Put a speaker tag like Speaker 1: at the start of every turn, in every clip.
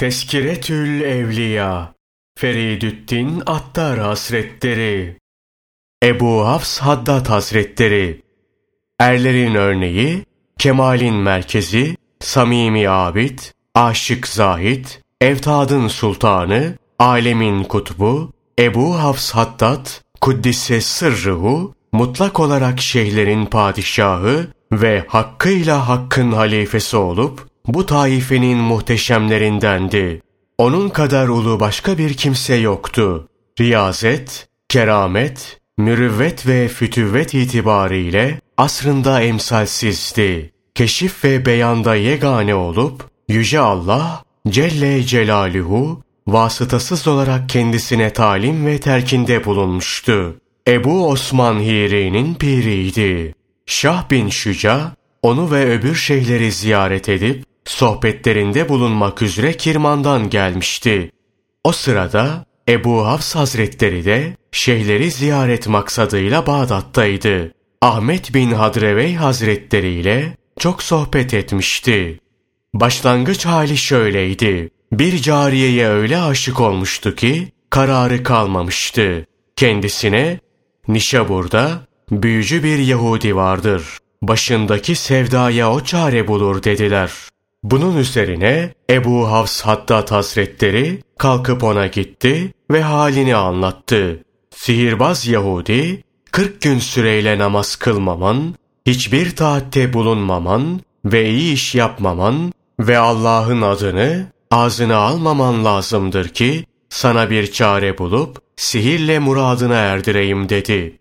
Speaker 1: Tezkiretül Evliya Feridüddin Attar Hazretleri, Ebu Hafs Haddad Hazretleri, erlerin örneği, kemalin merkezi, samimi abid, aşık zahid, evtadın sultanı, alemin kutbu, Ebu Hafs Haddad, kuddise sırrıhu, mutlak olarak şeyhlerin padişahı ve hakkıyla hakkın halifesi olup, bu taifenin muhteşemlerindendi. Onun kadar ulu başka bir kimse yoktu. Riyazet, keramet, mürüvvet ve fütüvvet itibariyle asrında emsalsizdi. Keşif ve beyanda yegane olup, Yüce Allah Celle Celaluhu vasıtasız olarak kendisine talim ve terkinde bulunmuştu. Ebu Osman Hiri'nin piriydi. Şah bin Şüca, onu ve öbür şeyhleri ziyaret edip, sohbetlerinde bulunmak üzere Kirman'dan gelmişti. O sırada Ebu Hafs Hazretleri de şeyhleri ziyaret maksadıyla Bağdat'taydı. Ahmet bin Hadrevey Hazretleri ile çok sohbet etmişti. Başlangıç hali şöyleydi. Bir cariyeye öyle aşık olmuştu ki kararı kalmamıştı. Kendisine, Nişabur'da büyücü bir Yahudi vardır. Başındaki sevdaya o çare bulur dediler. Bunun üzerine Ebu Hafs Haddad Hazretleri kalkıp ona gitti ve halini anlattı. Sihirbaz Yahudi, 40 gün süreyle namaz kılmaman, hiçbir taatte bulunmaman ve iyi iş yapmaman ve Allah'ın adını ağzına almaman lazımdır ki sana bir çare bulup sihirle muradına erdireyim dedi.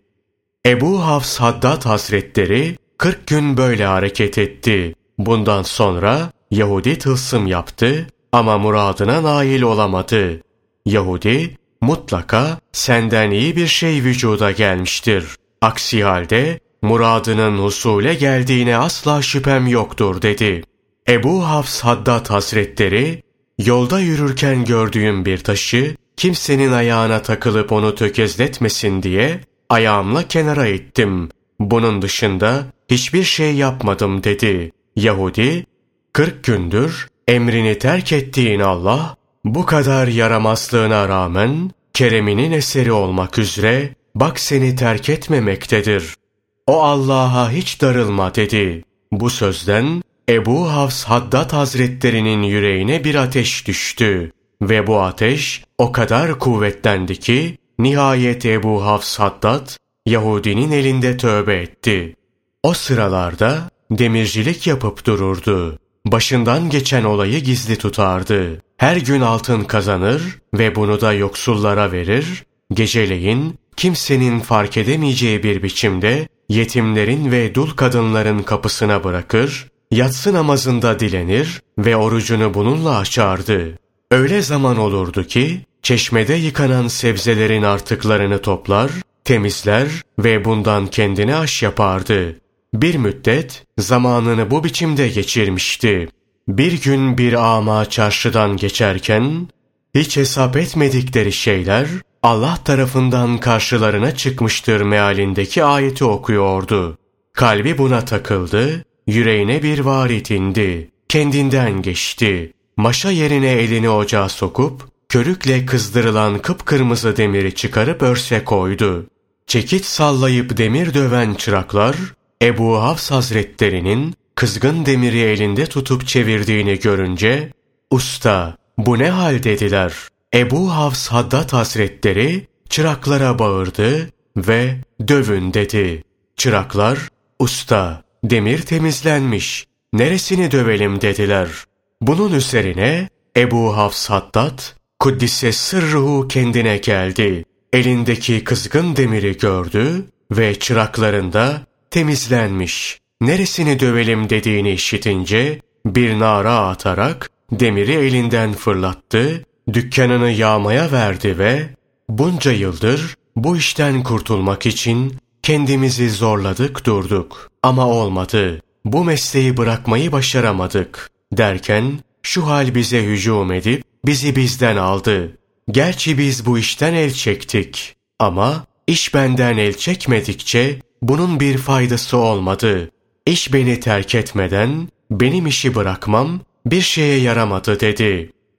Speaker 1: Ebu Hafs Haddad Hazretleri 40 gün böyle hareket etti. Bundan sonra Yahudi tılsım yaptı ama muradına nail olamadı. Yahudi, mutlaka senden iyi bir şey vücuda gelmiştir. Aksi halde muradının husule geldiğine asla şüphem yoktur dedi. Ebu Hafs Haddad Hazretleri, yolda yürürken gördüğüm bir taşı kimsenin ayağına takılıp onu tökezletmesin diye ayağımla kenara ittim. Bunun dışında hiçbir şey yapmadım dedi. Yahudi, 40 gündür emrini terk ettiğin Allah, bu kadar yaramazlığına rağmen kereminin eseri olmak üzere bak seni terk etmemektedir. O Allah'a hiç darılma dedi. Bu sözden Ebu Hafs Haddad Hazretlerinin yüreğine bir ateş düştü ve bu ateş o kadar kuvvetlendi ki nihayet Ebu Hafs Haddad Yahudinin elinde tövbe etti. O sıralarda demircilik yapıp dururdu. Başından geçen olayı gizli tutardı. Her gün altın kazanır ve bunu da yoksullara verir. Geceleyin kimsenin fark edemeyeceği bir biçimde yetimlerin ve dul kadınların kapısına bırakır, yatsı namazında dilenir ve orucunu bununla açardı. Öyle zaman olurdu ki çeşmede yıkanan sebzelerin artıklarını toplar, temizler ve bundan kendine aş yapardı. Bir müddet zamanını bu biçimde geçirmişti. Bir gün bir ama çarşıdan geçerken hiç hesap etmedikleri şeyler Allah tarafından karşılarına çıkmıştır mealindeki ayeti okuyordu. Kalbi buna takıldı, yüreğine bir varit indi. Kendinden geçti. Maşa yerine elini ocağa sokup körükle kızdırılan kıpkırmızı demiri çıkarıp örse koydu. Çekiç sallayıp demir döven çıraklar Ebu Hafs Hazretlerinin kızgın demiri elinde tutup çevirdiğini görünce, "Usta, bu ne hal?" dediler. Ebu Hafs Haddad Hazretleri çıraklara bağırdı ve "Dövün" dedi. Çıraklar, "Usta, demir temizlenmiş, neresini dövelim?" dediler. Bunun üzerine Ebu Hafs Haddad, kuddise sırruhu kendine geldi. Elindeki kızgın demiri gördü ve çıraklarında temizlenmiş, neresini dövelim dediğini işitince bir nara atarak demiri elinden fırlattı, dükkanını yağmaya verdi ve bunca yıldır bu işten kurtulmak için kendimizi zorladık durduk ama olmadı, bu mesleği bırakmayı başaramadık derken şu hal bize hücum edip bizi bizden aldı. Gerçi biz bu işten el çektik ama iş benden el çekmedikçe bunun bir faydası olmadı. İş beni terk etmeden benim işi bırakmam bir şeye yaramadı dedi.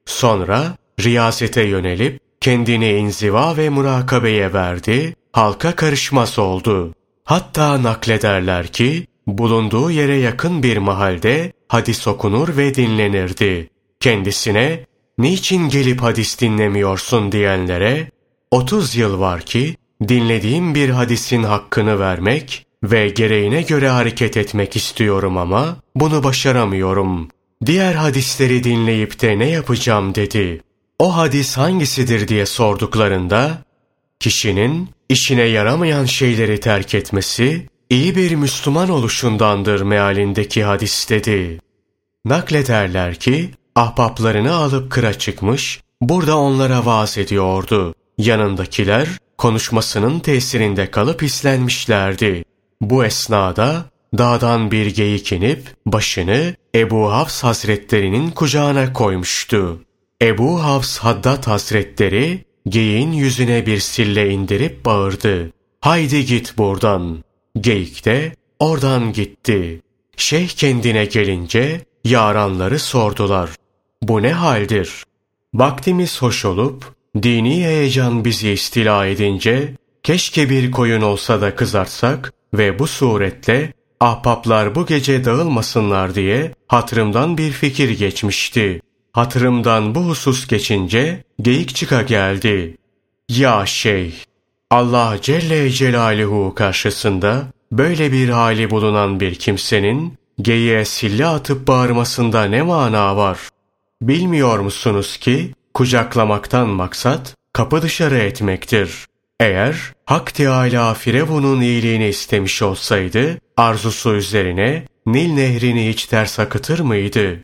Speaker 1: Sonra riyazete yönelip kendini inziva ve murakabeye verdi, halka karışmaz oldu. Hatta naklederler ki bulunduğu yere yakın bir mahalde hadis okunur ve dinlenirdi. Kendisine "Niçin gelip hadis dinlemiyorsun?" diyenlere 30 yıl var ki dinlediğim bir hadisin hakkını vermek ve gereğine göre hareket etmek istiyorum ama bunu başaramıyorum. Diğer hadisleri dinleyip de ne yapacağım dedi. O hadis hangisidir diye sorduklarında, kişinin işine yaramayan şeyleri terk etmesi iyi bir Müslüman oluşundandır mealindeki hadis dedi. Naklederler ki ahbaplarını alıp kıra çıkmış, burada onlara vaaz ediyordu. Yanındakiler konuşmasının tesirinde kalıp islenmişlerdi. Bu esnada dağdan bir geyik inip başını Ebu Hafs Hazretlerinin kucağına koymuştu. Ebu Hafs Haddad Hazretleri geyiğin yüzüne bir sille indirip bağırdı. "Haydi git buradan." Geyik de oradan gitti. Şeyh kendine gelince yaranları sordular. "Bu ne haldir?" Vaktimiz hoş olup dini heyecan bizi istila edince keşke bir koyun olsa da kızartsak ve bu suretle ahbaplar bu gece dağılmasınlar diye hatırımdan bir fikir geçmişti. Hatırımdan bu husus geçince geyik çıka geldi. "Ya şeyh, Allah Celle Celaluhu karşısında böyle bir hali bulunan bir kimsenin geyiğe sille atıp bağırmasında ne mana var? Bilmiyor musunuz ki kucaklamaktan maksat kapı dışarı etmektir. Eğer Hak Teâlâ Firavun'un iyiliğini istemiş olsaydı arzusu üzerine Nil nehrini hiç ters akıtır mıydı?"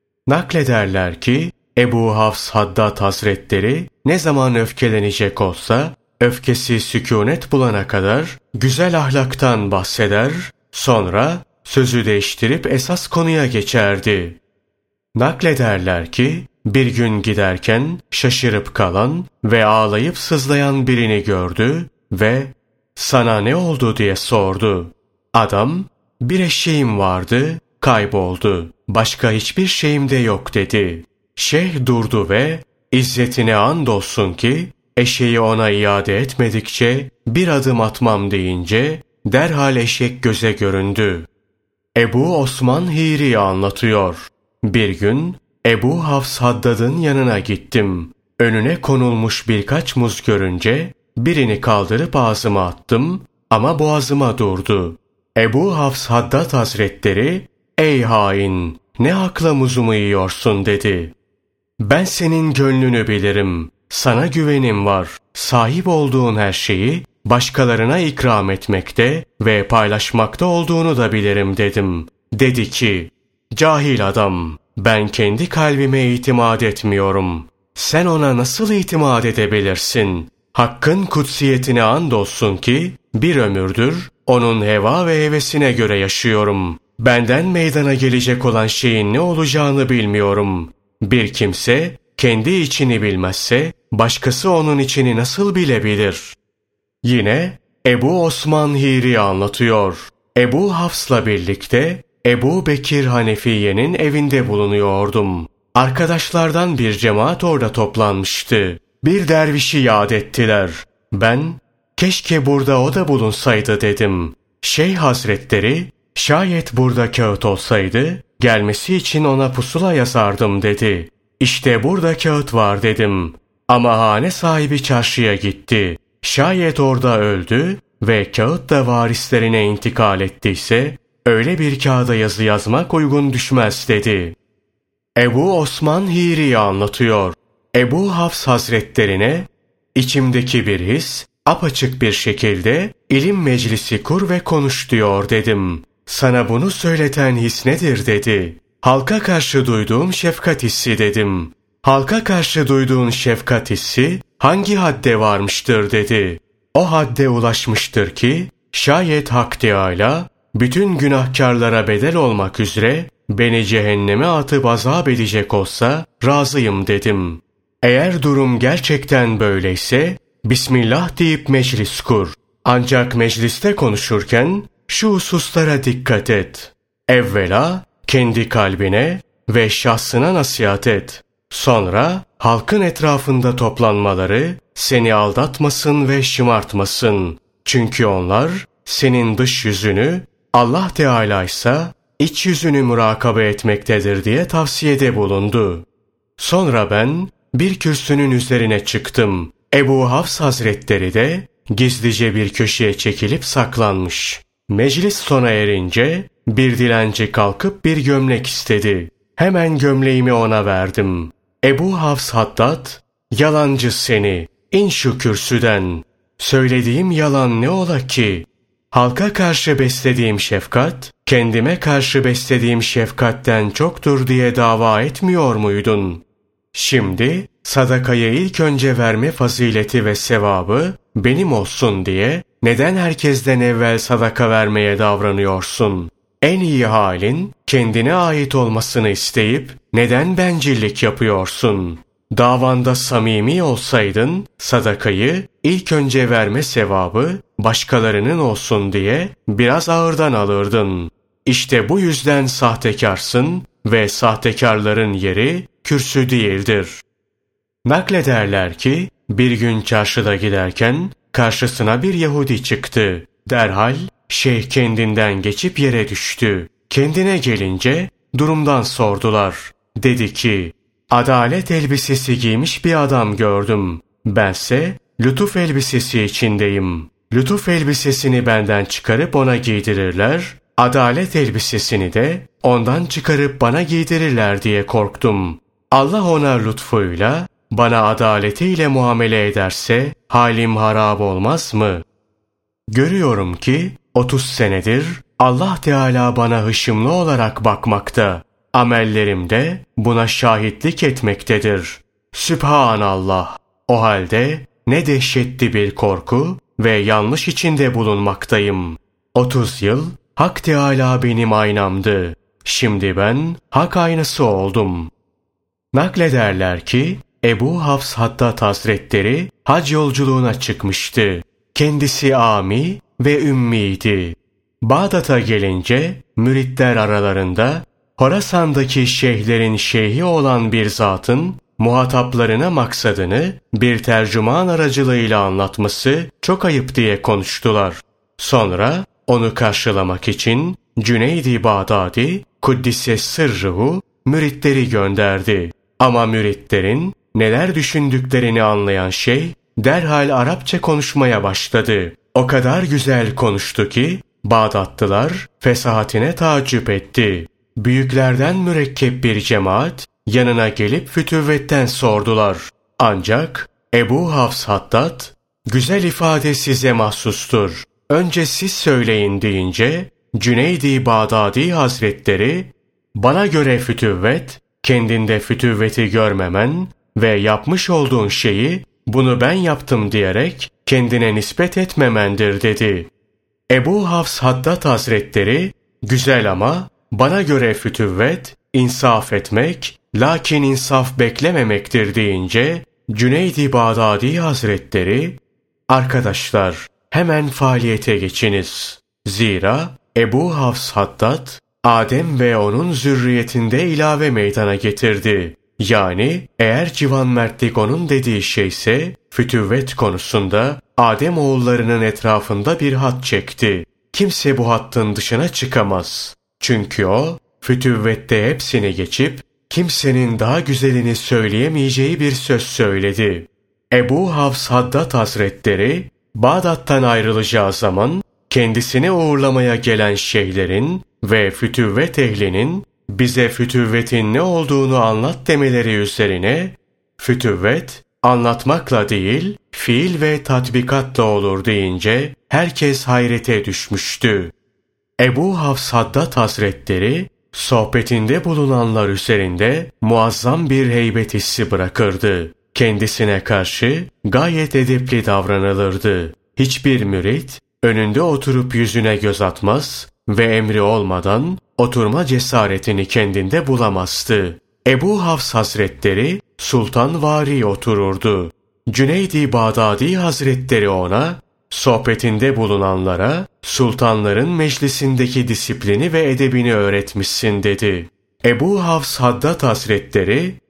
Speaker 1: Naklederler ki Ebu Hafs Haddad Hazretleri ne zaman öfkelenecek olsa öfkesi sükûnet bulana kadar güzel ahlaktan bahseder, sonra sözü değiştirip esas konuya geçerdi. Naklederler ki bir gün giderken şaşırıp kalan ve ağlayıp sızlayan birini gördü ve "Sana ne oldu?" diye sordu. Adam "Bir eşeğim vardı, kayboldu. Başka hiçbir şeyim de yok." dedi. Şeyh durdu ve "İzzetine andolsun ki eşeği ona iade etmedikçe bir adım atmam" deyince derhal eşek göze göründü. Ebu Osman Hiri anlatıyor. Bir gün Ebu Hafs Haddad'ın yanına gittim. Önüne konulmuş birkaç muz görünce birini kaldırıp ağzıma attım ama boğazıma durdu. Ebu Hafs Haddad Hazretleri "Ey hain, ne hakla muzumu yiyorsun?" dedi. "Ben senin gönlünü bilirim. Sana güvenim var. Sahip olduğun her şeyi başkalarına ikram etmekte ve paylaşmakta olduğunu da bilirim" dedim. Dedi ki, "Cahil adam, ben kendi kalbime itimat etmiyorum. Sen ona nasıl itimat edebilirsin? Hakkın kutsiyetine andolsun ki bir ömürdür onun heva ve hevesine göre yaşıyorum. Benden meydana gelecek olan şeyin ne olacağını bilmiyorum. Bir kimse kendi içini bilmezse başkası onun içini nasıl bilebilir?" Yine Ebu Osman Hiri anlatıyor. Ebu Hafs'la birlikte Ebu Bekir Hanefiye'nin evinde bulunuyordum. Arkadaşlardan bir cemaat orada toplanmıştı. Bir dervişi yad ettiler. Ben, "Keşke burada o da bulunsaydı" dedim. Şeyh Hazretleri, "Şayet burada kağıt olsaydı gelmesi için ona pusula yazardım" dedi. "İşte burada kağıt var" dedim. Ama hane sahibi çarşıya gitti. Şayet orada öldü ve kağıt da varislerine intikal ettiyse öyle bir kağıda yazı yazmak uygun düşmez dedi. Ebu Osman Hiri anlatıyor. Ebu Hafs Hazretlerine "İçimdeki bir his apaçık bir şekilde ilim meclisi kur ve konuş diyor" dedim. "Sana bunu söyleten his nedir?" dedi. "Halka karşı duyduğum şefkat hissi" dedim. "Halka karşı duyduğun şefkat hissi hangi hadde varmıştır?" dedi. "O hadde ulaşmıştır ki şayet Hak Teâlâ bütün günahkarlara bedel olmak üzere beni cehenneme atıp azap edecek olsa razıyım" dedim. "Eğer durum gerçekten böyleyse Bismillah deyip meclis kur. Ancak mecliste konuşurken şu hususlara dikkat et. Evvela kendi kalbine ve şahsına nasihat et. Sonra halkın etrafında toplanmaları seni aldatmasın ve şımartmasın. Çünkü onlar senin dış yüzünü, Allah Teala ise iç yüzünü murakabe etmektedir diye tavsiyede bulundu. Sonra ben bir kürsünün üzerine çıktım. Ebu Hafs Hazretleri de gizlice bir köşeye çekilip saklanmış. Meclis sona erince bir dilenci kalkıp bir gömlek istedi. Hemen gömleğimi ona verdim. Ebu Hafs Haddad, "Yalancı seni, in şu kürsüden. Söylediğim yalan ne ola ki? Halka karşı beslediğim şefkat, kendime karşı beslediğim şefkatten çoktur diye dava etmiyor muydun? Şimdi sadakayı ilk önce verme fazileti ve sevabı benim olsun diye neden herkesten evvel sadaka vermeye davranıyorsun? En iyi halin kendine ait olmasını isteyip neden bencillik yapıyorsun? Davanda samimi olsaydın sadakayı ilk önce verme sevabı başkalarının olsun diye biraz ağırdan alırdın. İşte bu yüzden sahtekarsın ve sahtekarların yeri kürsü değildir." Naklederler ki bir gün çarşıda giderken karşısına bir Yahudi çıktı. Derhal şeyh kendinden geçip yere düştü. Kendine gelince durumdan sordular. Dedi ki, "Adalet elbisesi giymiş bir adam gördüm. Bense lütuf elbisesi içindeyim. Lütuf elbisesini benden çıkarıp ona giydirirler, adalet elbisesini de ondan çıkarıp bana giydirirler diye korktum. Allah ona lütfuyla, bana adaletiyle muamele ederse halim harap olmaz mı? Görüyorum ki 30 senedir Allah Teala bana hışımlı olarak bakmakta. Amellerim de buna şahitlik etmektedir. Sübhanallah. O halde ne dehşetli bir korku ve yanlış içinde bulunmaktayım. 30 yıl Hak Teala benim aynamdı. Şimdi ben hak aynası oldum." Naklederler ki Ebu Hafs Haddad Hazretleri hac yolculuğuna çıkmıştı. Kendisi ami ve ümmiydi. Bağdat'a gelince müritler aralarında Horasan'daki şeyhlerin şeyhi olan bir zatın muhataplarına maksadını bir tercüman aracılığıyla anlatması çok ayıp diye konuştular. Sonra onu karşılamak için Cüneyd-i Bağdadi Kuddise Sırrıhu müritleri gönderdi. Ama müritlerin neler düşündüklerini anlayan şeyh derhal Arapça konuşmaya başladı. O kadar güzel konuştu ki Bağdatlılar fesahatine taaccüp etti. Büyüklerden mürekkep bir cemaat yanına gelip fütüvvetten sordular. Ancak Ebu Hafs Haddad, "Güzel ifade size mahsustur. Önce siz söyleyin" deyince Cüneyd-i Bağdadi Hazretleri, "Bana göre fütüvvet, kendinde fütüvveti görmemen ve yapmış olduğun şeyi bunu ben yaptım diyerek kendine nispet etmemendir" dedi. Ebu Hafs Haddad Hazretleri, "Güzel ama bana göre fütüvvet, insaf etmek, lakin insaf beklememektir" deyince Cüneyd-i Bağdadi Hazretleri, "Arkadaşlar, hemen faaliyete geçiniz. Zira Ebu Hafs Haddad, Adem ve onun zürriyetinde ilave meydana getirdi. Yani eğer civan mertlik onun dediği şeyse, fütüvvet konusunda Adem oğullarının etrafında bir hat çekti. Kimse bu hattın dışına çıkamaz. Çünkü o, fütüvvette hepsini geçip, kimsenin daha güzelini söyleyemeyeceği bir söz söyledi." Ebu Hafs Haddad Hazretleri, Bağdat'tan ayrılacağı zaman, kendisini uğurlamaya gelen şeyhlerin ve fütüvvet ehlinin bize fütüvvetin ne olduğunu anlat demeleri üzerine, "Fütüvvet anlatmakla değil, fiil ve tatbikatla olur" deyince herkes hayrete düşmüştü. Ebu Hafs Haddad Hazretleri sohbetinde bulunanlar üzerinde muazzam bir heybet hissi bırakırdı. Kendisine karşı gayet edepli davranılırdı. Hiçbir mürit önünde oturup yüzüne göz atmaz ve emri olmadan oturma cesaretini kendinde bulamazdı. Ebu Hafs Hazretleri sultanvari otururdu. Cüneyd-i Bağdadi Hazretleri ona, sohbetinde bulunanlara sultanların meclisindeki disiplini ve edebini öğretmişsin dedi. Ebu Hafs Haddad Hazretleri,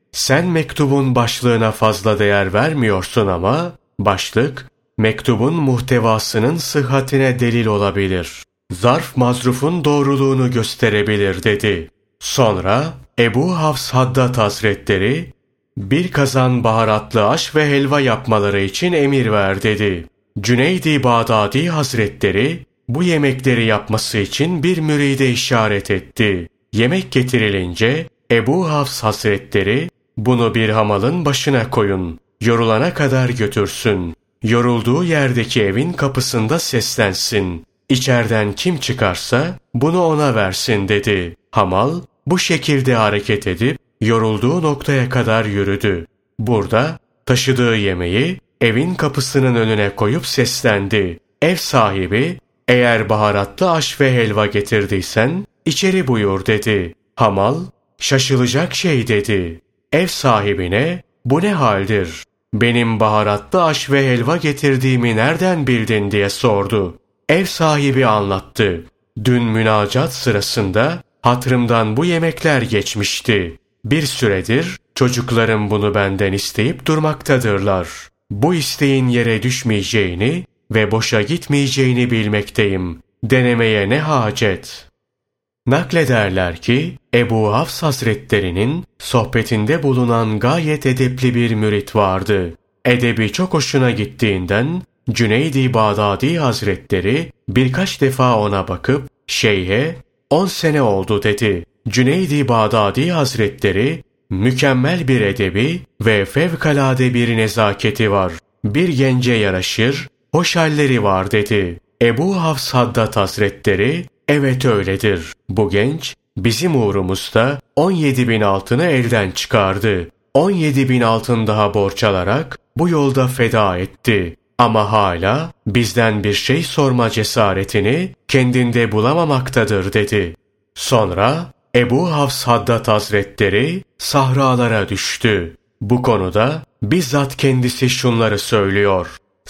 Speaker 1: sen mektubun başlığına fazla değer vermiyorsun ama başlık mektubun muhtevasının sıhhatine delil olabilir. Zarf mazrufun doğruluğunu gösterebilir dedi. Sonra Ebu Hafs Haddad Hazretleri bir kazan baharatlı aş ve helva yapmaları için emir ver dedi. Cüneyd-i Bağdadi Hazretleri bu yemekleri yapması için bir müride işaret etti. Yemek getirilince Ebu Hafs Hazretleri bunu bir hamalın başına koyun, yorulana kadar götürsün. Yorulduğu yerdeki evin kapısında seslensin. İçeriden kim çıkarsa bunu ona versin dedi. Hamal bu şekilde hareket edip yorulduğu noktaya kadar yürüdü. Burada taşıdığı yemeği evin kapısının önüne koyup seslendi. Ev sahibi, eğer baharatlı aş ve helva getirdiysen içeri buyur dedi. Hamal, şaşılacak şey dedi. Ev sahibine, bu ne haldir? Benim baharatlı aş ve helva getirdiğimi nereden bildin diye sordu. Ev sahibi anlattı. Dün münacat sırasında hatırımdan bu yemekler geçmişti. Bir süredir çocuklarım bunu benden isteyip durmaktadırlar. Bu isteğin yere düşmeyeceğini ve boşa gitmeyeceğini bilmekteyim. Denemeye ne hacet? Naklederler ki Ebu Hafs Hazretlerinin sohbetinde bulunan gayet edepli bir mürit vardı. Edebi çok hoşuna gittiğinden Cüneyd-i Bağdadi Hazretleri birkaç defa ona bakıp şeyhe 10 sene oldu dedi. Cüneyd-i Bağdadi Hazretleri mükemmel bir edebi ve fevkalade bir nezaketi var. Bir gence yaraşır, hoş halleri var dedi. Ebu Hafs Haddad Hazretleri evet öyledir. Bu genç bizim uğrumuzda 17.000 altını elden çıkardı. 17.000 altın daha borç alarak bu yolda feda etti. Ama hala bizden bir şey sorma cesaretini kendinde bulamamaktadır dedi. Sonra Ebu Hafs Haddad Hazretleri sahralara düştü. Bu konuda bizzat kendisi şunları söylüyor.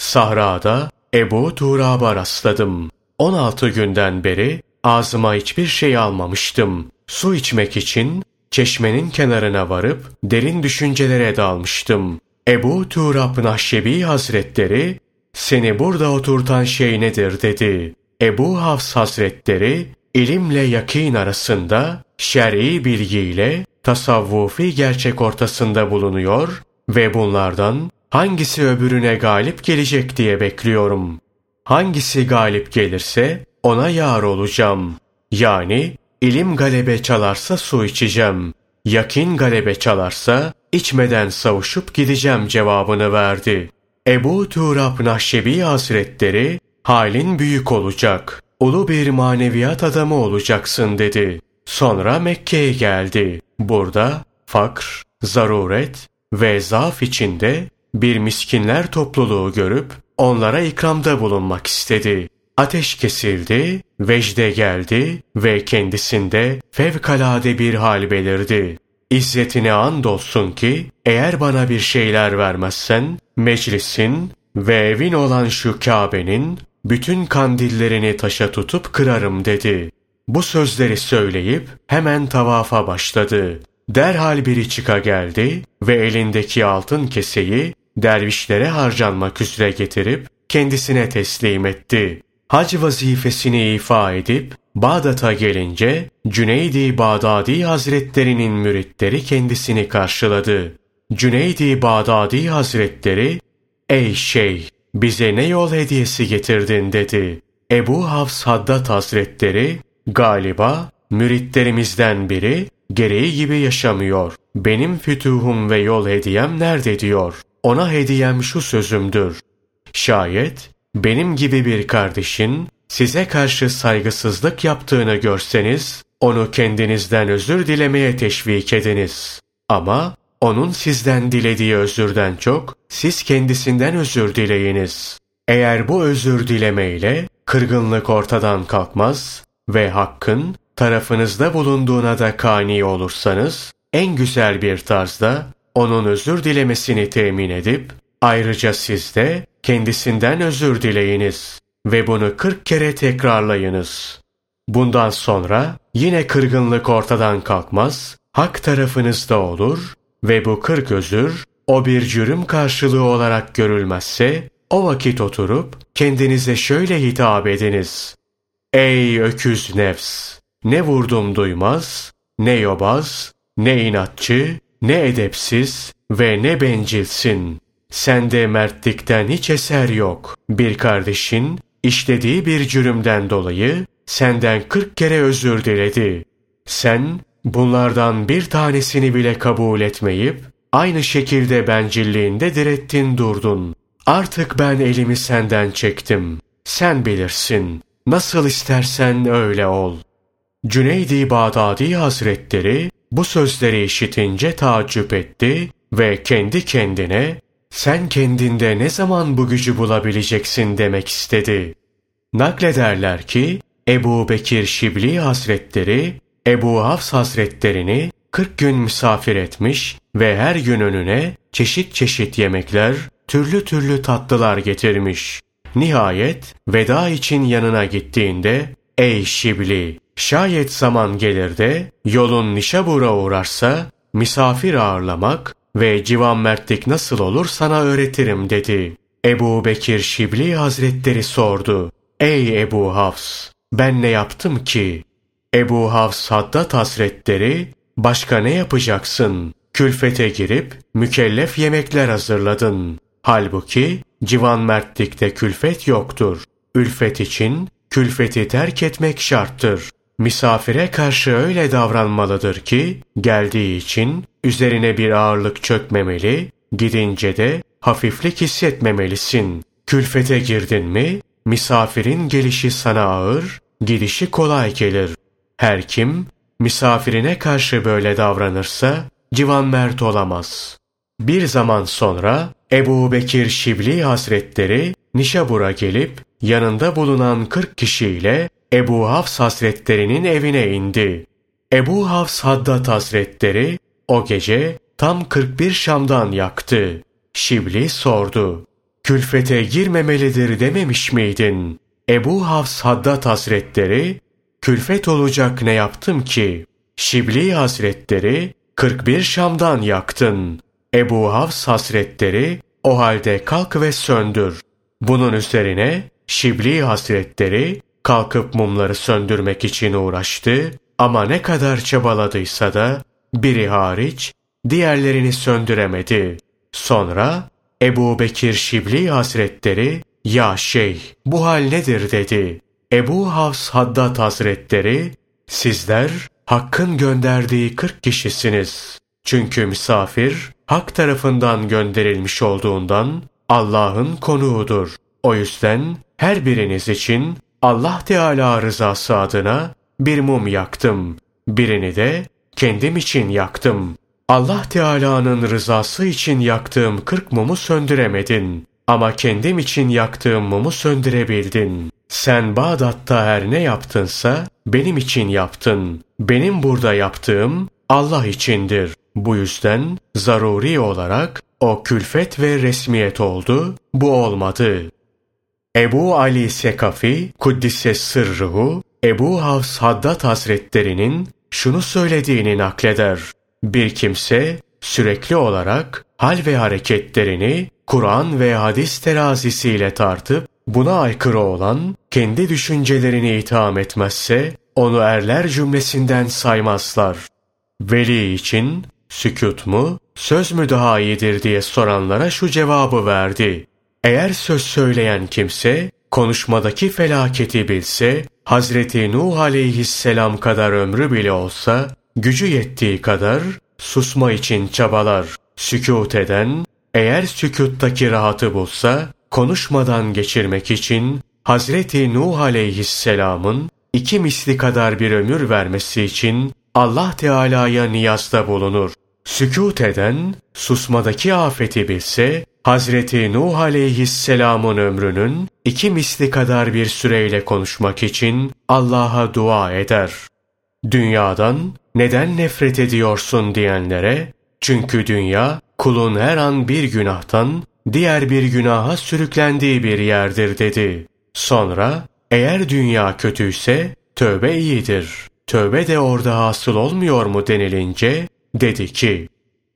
Speaker 1: Sahrada Ebu Turab'a rastladım. 16 günden beri ağzıma hiçbir şey almamıştım. Su içmek için çeşmenin kenarına varıp derin düşüncelere dalmıştım. Ebu Turab Nahşebi Hazretleri, seni burada oturtan şey nedir dedi. Ebu Hafs Hazretleri, ilimle yakîn arasında, şer'i bilgiyle tasavvufi gerçek ortasında bulunuyor ve bunlardan hangisi öbürüne galip gelecek diye bekliyorum. Hangisi galip gelirse ona yar olacağım. Yani ilim galebe çalarsa su içeceğim. Yakin galebe çalarsa içmeden savuşup gideceğim cevabını verdi. Ebu Turab Nahşebi Hazretleri, halin büyük olacak. Ulu bir maneviyat adamı olacaksın dedi. Sonra Mekke'ye geldi. Burada fakr, zaruret ve zaaf içinde bir miskinler topluluğu görüp onlara ikramda bulunmak istedi. Ateş kesildi, vecde geldi ve kendisinde fevkalade bir hal belirdi. İzzetine andolsun ki eğer bana bir şeyler vermezsen meclisin ve evin olan şu Kabe'nin bütün kandillerini taşa tutup kırarım dedi. Bu sözleri söyleyip hemen tavafa başladı. Derhal biri çıka geldi ve elindeki altın keseyi dervişlere harcanmak üzere getirip kendisine teslim etti. Hac vazifesini ifa edip Bağdat'a gelince Cüneyd-i Bağdadi Hazretlerinin müritleri kendisini karşıladı. Cüneyd-i Bağdadi Hazretleri, ''Ey şeyh, bize ne yol hediyesi getirdin?'' dedi. Ebu Hafs Haddad Hazretleri, ''Galiba müritlerimizden biri gereği gibi yaşamıyor. Benim fütuhum ve yol hediyem nerede?'' diyor. Ona hediyem şu sözümdür. Şayet benim gibi bir kardeşin size karşı saygısızlık yaptığını görseniz, onu kendinizden özür dilemeye teşvik ediniz. Ama onun sizden dilediği özürden çok, siz kendisinden özür dileyiniz. Eğer bu özür dilemeyle kırgınlık ortadan kalkmaz ve hakkın tarafınızda bulunduğuna da kani olursanız, en güzel bir tarzda onun özür dilemesini temin edip, ayrıca siz de kendisinden özür dileyiniz ve bunu 40 kere tekrarlayınız. Bundan sonra yine kırgınlık ortadan kalkmaz, hak tarafınızda olur ve bu 40 özür o bir cürüm karşılığı olarak görülmezse, o vakit oturup kendinize şöyle hitap ediniz: Ey öküz nefs! Ne vurdum duymaz, ne yobaz, ne inatçı, ne edepsiz ve ne bencilsin. Sende mertlikten hiç eser yok. Bir kardeşin işlediği bir cürümden dolayı senden 40 kere özür diledi. Sen bunlardan bir tanesini bile kabul etmeyip aynı şekilde bencilliğinde direttin durdun. Artık ben elimi senden çektim. Sen bilirsin. Nasıl istersen öyle ol. Cüneyd-i Bağdadi Hazretleri bu sözleri işitince taaccüp etti ve kendi kendine sen kendinde ne zaman bu gücü bulabileceksin demek istedi. Naklederler ki Ebu Bekir Şibli Hazretleri Ebu Hafs Hazretlerini 40 gün misafir etmiş ve her gün önüne çeşit çeşit yemekler, türlü türlü tatlılar getirmiş. Nihayet veda için yanına gittiğinde ey Şibli, şayet zaman gelir de yolun Nişabur'a uğrarsa misafir ağırlamak ve civanmertlik nasıl olur sana öğretirim dedi. Ebu Bekir Şibli Hazretleri sordu. Ey Ebu Hafs, ben ne yaptım ki? Ebu Hafs Haddad Hazretleri, başka ne yapacaksın? Külfete girip mükellef yemekler hazırladın. Halbuki civanmertlikte külfet yoktur. Ülfet için külfeti terk etmek şarttır. Misafire karşı öyle davranmalıdır ki, geldiği için üzerine bir ağırlık çökmemeli, gidince de hafiflik hissetmemelisin. Külfete girdin mi, misafirin gelişi sana ağır, gidişi kolay gelir. Her kim misafirine karşı böyle davranırsa civanmert olamaz. Bir zaman sonra Ebu Bekir Şibli Hazretleri Nişabur'a gelip yanında bulunan 40 kişiyle Ebu Hafs Hazretlerinin evine indi. Ebu Hafs Haddad Hazretleri o gece tam 41 şamdan yaktı. Şibli sordu. Külfete girmemelidir dememiş miydin? Ebu Hafs Haddad Hazretleri, külfet olacak ne yaptım ki? Şibli Hazretleri, 41 şamdan yaktın. Ebu Hafs Hazretleri, o halde kalk ve söndür. Bunun üzerine Şibli Hazretleri, kalkıp mumları söndürmek için uğraştı ama ne kadar çabaladıysa da biri hariç diğerlerini söndüremedi. Sonra Ebu Bekir Şibli Hazretleri, ya şeyh bu hal nedir dedi. Ebu Hafs Haddad Hazretleri, sizler Hakk'ın gönderdiği 40 kişisiniz. Çünkü misafir Hak tarafından gönderilmiş olduğundan Allah'ın konuğudur. O yüzden her biriniz için Allah Teala rızası adına bir mum yaktım. Birini de kendim için yaktım. Allah Teala'nın rızası için yaktığım 40 mumu söndüremedin. Ama kendim için yaktığım mumu söndürebildin. Sen Bağdat'ta her ne yaptınsa benim için yaptın. Benim burada yaptığım Allah içindir. Bu yüzden zaruri olarak o külfet ve resmiyet oldu, bu olmadı. Ebu Ali Sekafi, Kuddise Sırruhu, Ebu Hafs Haddad Hazretlerinin şunu söylediğini nakleder. Bir kimse sürekli olarak hal ve hareketlerini Kur'an ve hadis terazisiyle tartıp buna aykırı olan kendi düşüncelerini itham etmezse onu erler cümlesinden saymazlar. Veli için sükût mu, söz mü daha iyidir diye soranlara şu cevabı verdi. Eğer söz söyleyen kimse konuşmadaki felaketi bilse, Hazreti Nuh aleyhisselam kadar ömrü bile olsa, gücü yettiği kadar susma için çabalar. Sükût eden, eğer sükûttaki rahatı bulsa, konuşmadan geçirmek için Hazreti Nuh aleyhisselamın 2 misli kadar bir ömür vermesi için Allah Teala'ya niyazda bulunur. Sükût eden, susmadaki afeti bilse, Hazreti Nuh aleyhisselamın ömrünün 2 misli kadar bir süreyle konuşmak için Allah'a dua eder. Dünyadan neden nefret ediyorsun diyenlere, çünkü dünya kulun her an bir günahtan diğer bir günaha sürüklendiği bir yerdir dedi. Sonra eğer dünya kötüyse tövbe iyidir. Tövbe de orada hasıl olmuyor mu denilince dedi ki,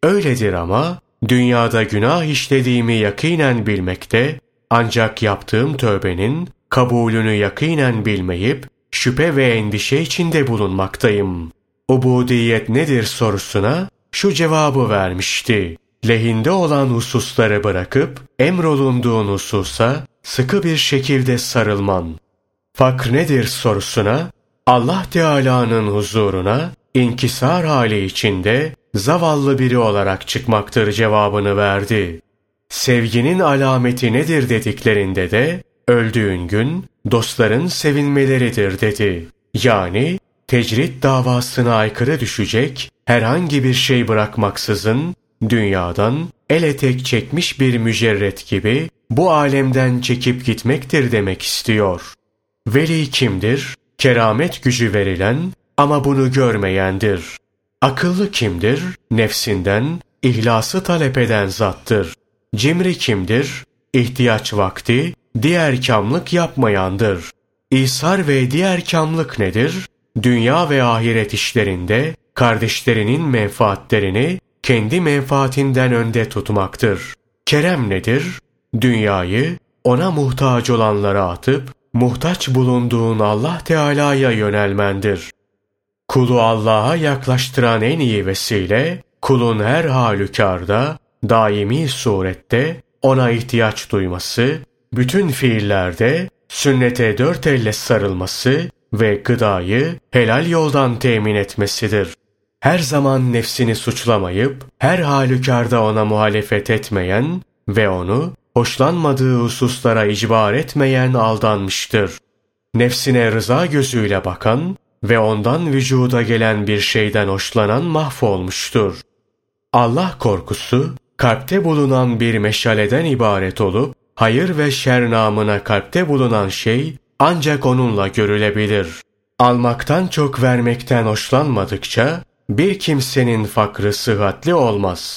Speaker 1: Öyledir ama dünyada günah işlediğimi yakinen bilmekte, ancak yaptığım tövbenin kabulünü yakinen bilmeyip şüphe ve endişe içinde bulunmaktayım. Ubudiyet nedir sorusuna şu cevabı vermişti: lehinde olan hususları bırakıp emrolunduğun hususa sıkı bir şekilde sarılman. Fakr nedir sorusuna Allah Teala'nın huzuruna inkisar hali içinde zavallı biri olarak çıkmaktır cevabını verdi. Sevginin alameti nedir dediklerinde de öldüğün gün dostların sevinmeleridir dedi. Yani tecrit davasına aykırı düşecek herhangi bir şey bırakmaksızın dünyadan el etek çekmiş bir mücerret gibi bu alemden çekip gitmektir demek istiyor. Veli kimdir? Keramet gücü verilen ama bunu görmeyendir. Akıllı kimdir? Nefsinden ihlası talep eden zattır. Cimri kimdir? İhtiyaç vakti diğer kamlık yapmayandır. İsar ve diğer kamlık nedir? Dünya ve ahiret işlerinde kardeşlerinin menfaatlerini kendi menfaatinden önde tutmaktır. Kerem nedir? Dünyayı ona muhtaç olanlara atıp muhtaç bulunduğun Allah Teala'ya yönelmendir. Kulu Allah'a yaklaştıran en iyi vesile, kulun her halükarda, daimi surette ona ihtiyaç duyması, bütün fiillerde sünnete dört elle sarılması ve gıdayı helal yoldan temin etmesidir. Her zaman nefsini suçlamayıp, her halükarda ona muhalefet etmeyen ve onu hoşlanmadığı hususlara icbar etmeyen aldanmıştır. Nefsine rıza gözüyle bakan ve ondan vücuda gelen bir şeyden hoşlanan mahvolmuştur. Allah korkusu, kalpte bulunan bir meşaleden ibaret olup, hayır ve şer namına kalpte bulunan şey ancak onunla görülebilir. Almaktan çok vermekten hoşlanmadıkça bir kimsenin fakrı sıhhatli olmaz.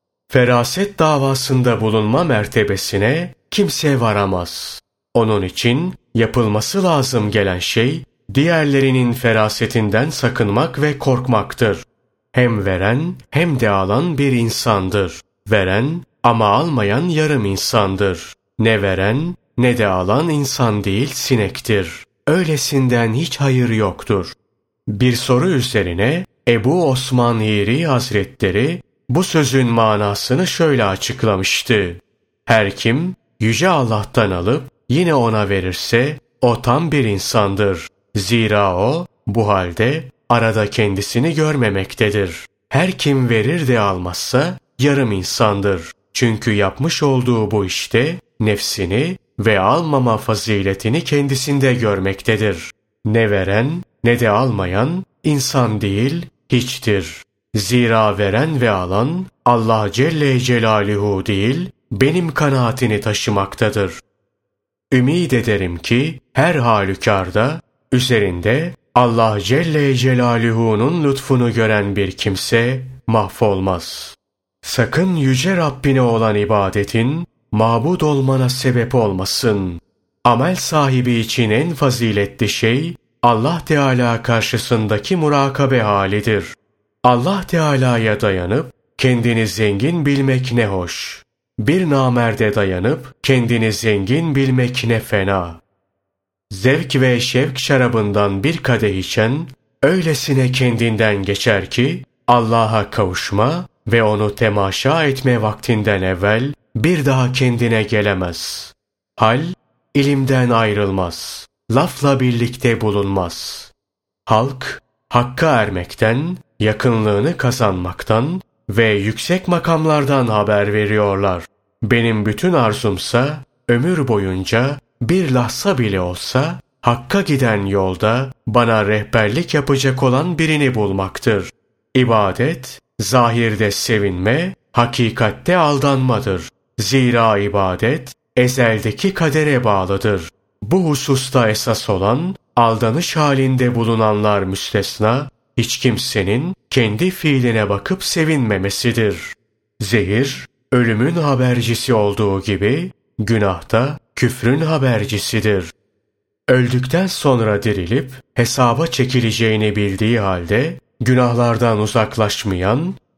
Speaker 1: Feraset davasında bulunma mertebesine kimse varamaz. Onun için yapılması lazım gelen şey, diğerlerinin ferasetinden sakınmak ve korkmaktır. Hem veren hem de alan bir insandır. Veren ama almayan yarım insandır. Ne veren ne de alan insan değil sinektir. Öylesinden hiç hayır yoktur. Bir soru üzerine Ebu Osman Hiri Hazretleri bu sözün manasını şöyle açıklamıştı: her kim Yüce Allah'tan alıp yine ona verirse o tam bir insandır. Zira o bu halde arada kendisini görmemektedir. Her kim verir de almazsa yarım insandır. Çünkü yapmış olduğu bu işte nefsini ve almama faziletini kendisinde görmektedir. Ne veren ne de almayan insan değil, hiçtir. Zira veren ve alan Allah Celle Celaluhu değil, benim kanaatini taşımaktadır. Ümid ederim ki her halükarda üzerinde Allah Celle Celaluhu'nun lütfunu gören bir kimse mahvolmaz. Sakın yüce Rabbine olan ibadetin mabud olmana sebep olmasın. Amel sahibi için en faziletli şey Allah Teala karşısındaki murakabe halidir. Allah Teala'ya dayanıp kendini zengin bilmek ne hoş. Bir namerde dayanıp kendini zengin bilmek ne fena. Zevk ve şevk şarabından bir kadeh içen öylesine kendinden geçer ki Allah'a kavuşma ve onu temaşa etme vaktinden evvel bir daha kendine gelemez. Hal ilimden ayrılmaz. Lafla birlikte bulunmaz. Halk hakka ermekten, yakınlığını kazanmaktan ve yüksek makamlardan haber veriyorlar. Benim bütün arzumsa ömür boyunca bir lahza bile olsa hakka giden yolda bana rehberlik yapacak olan birini bulmaktır. İbadet, zahirde sevinme, hakikatte aldanmadır. Zira ibadet, ezeldeki kadere bağlıdır. Bu hususta esas olan, aldanış halinde bulunanlar müstesna, hiç kimsenin kendi fiiline bakıp sevinmemesidir. Zehir, ölümün habercisi olduğu gibi, günah da küfrün habercisidir. Öldükten sonra dirilip hesaba çekileceğini bildiği halde, günahlardan uzaklaşmayan,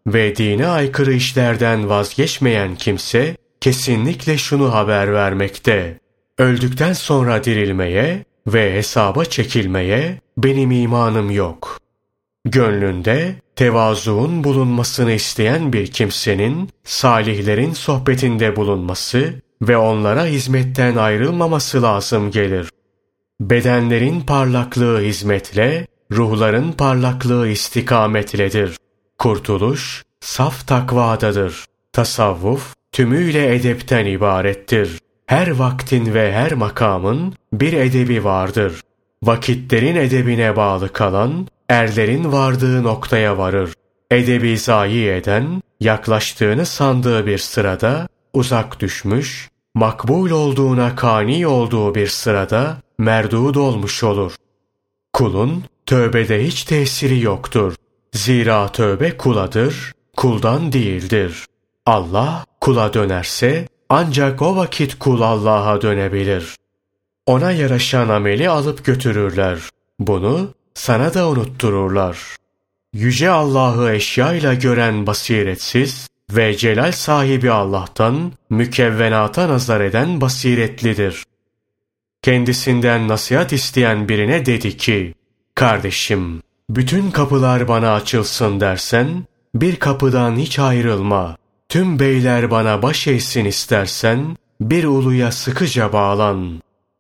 Speaker 1: ve dine aykırı işlerden vazgeçmeyen kimse kesinlikle şunu haber vermekte: öldükten sonra dirilmeye ve hesaba çekilmeye benim imanım yok. Gönlünde tevazuun bulunmasını isteyen bir kimsenin salihlerin sohbetinde bulunması ve onlara hizmetten ayrılmaması lazım gelir. Bedenlerin parlaklığı hizmetle, ruhların parlaklığı istikametledir. Kurtuluş, saf takvadadır. Tasavvuf, tümüyle edepten ibarettir. Her vaktin ve her makamın bir edebi vardır. Vakitlerin edebine bağlı kalan, erlerin vardığı noktaya varır. Edebi zayi eden, yaklaştığını sandığı bir sırada, uzak düşmüş, makbul olduğuna kani olduğu bir sırada, merdud olmuş olur. Kulun, tövbede hiç tesiri yoktur. Zira tövbe kuladır, kuldan değildir. Allah, kula dönerse, ancak o vakit kul Allah'a dönebilir. Ona yaraşan ameli alıp götürürler. Bunu sana da unuttururlar. Yüce Allah'ı eşyayla gören basiretsiz ve celal sahibi Allah'tan mükevvenata nazar eden basiretlidir. Kendisinden nasihat isteyen birine dedi ki, kardeşim, bütün kapılar bana açılsın dersen, bir kapıdan hiç ayrılma. Tüm beyler bana baş eğsin istersen, bir uluya sıkıca bağlan.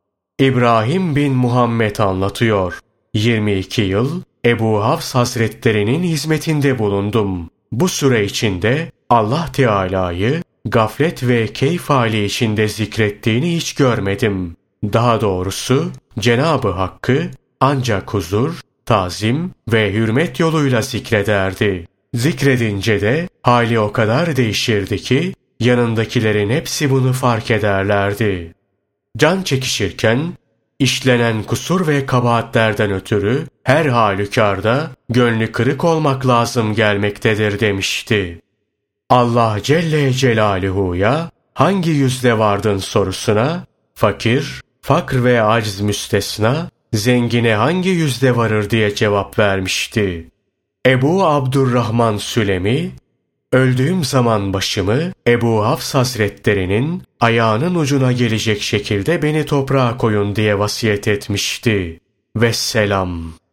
Speaker 1: İbrahim bin Muhammed anlatıyor. 22 yıl Ebu Hafs Hazretlerinin hizmetinde bulundum. Bu süre içinde Allah Teala'yı gaflet ve keyf hali içinde zikrettiğini hiç görmedim. Daha doğrusu Cenab-ı Hakk'ı ancak huzur, tazim ve hürmet yoluyla zikrederdi. Zikredince de hali o kadar değişirdi ki yanındakilerin hepsi bunu fark ederlerdi. Can çekişirken işlenen kusur ve kabahatlerden ötürü her halükarda gönlü kırık olmak lazım gelmektedir demişti. Allah Celle Celaluhu'ya hangi yüzde vardın sorusuna fakir, fakr ve aciz müstesna, zengine hangi yüzde varır diye cevap vermişti. Ebu Abdurrahman Sülemi, öldüğüm zaman başımı Ebu Hafs Hazretlerinin ayağının ucuna gelecek şekilde beni toprağa koyun diye vasiyet etmişti. Vesselam.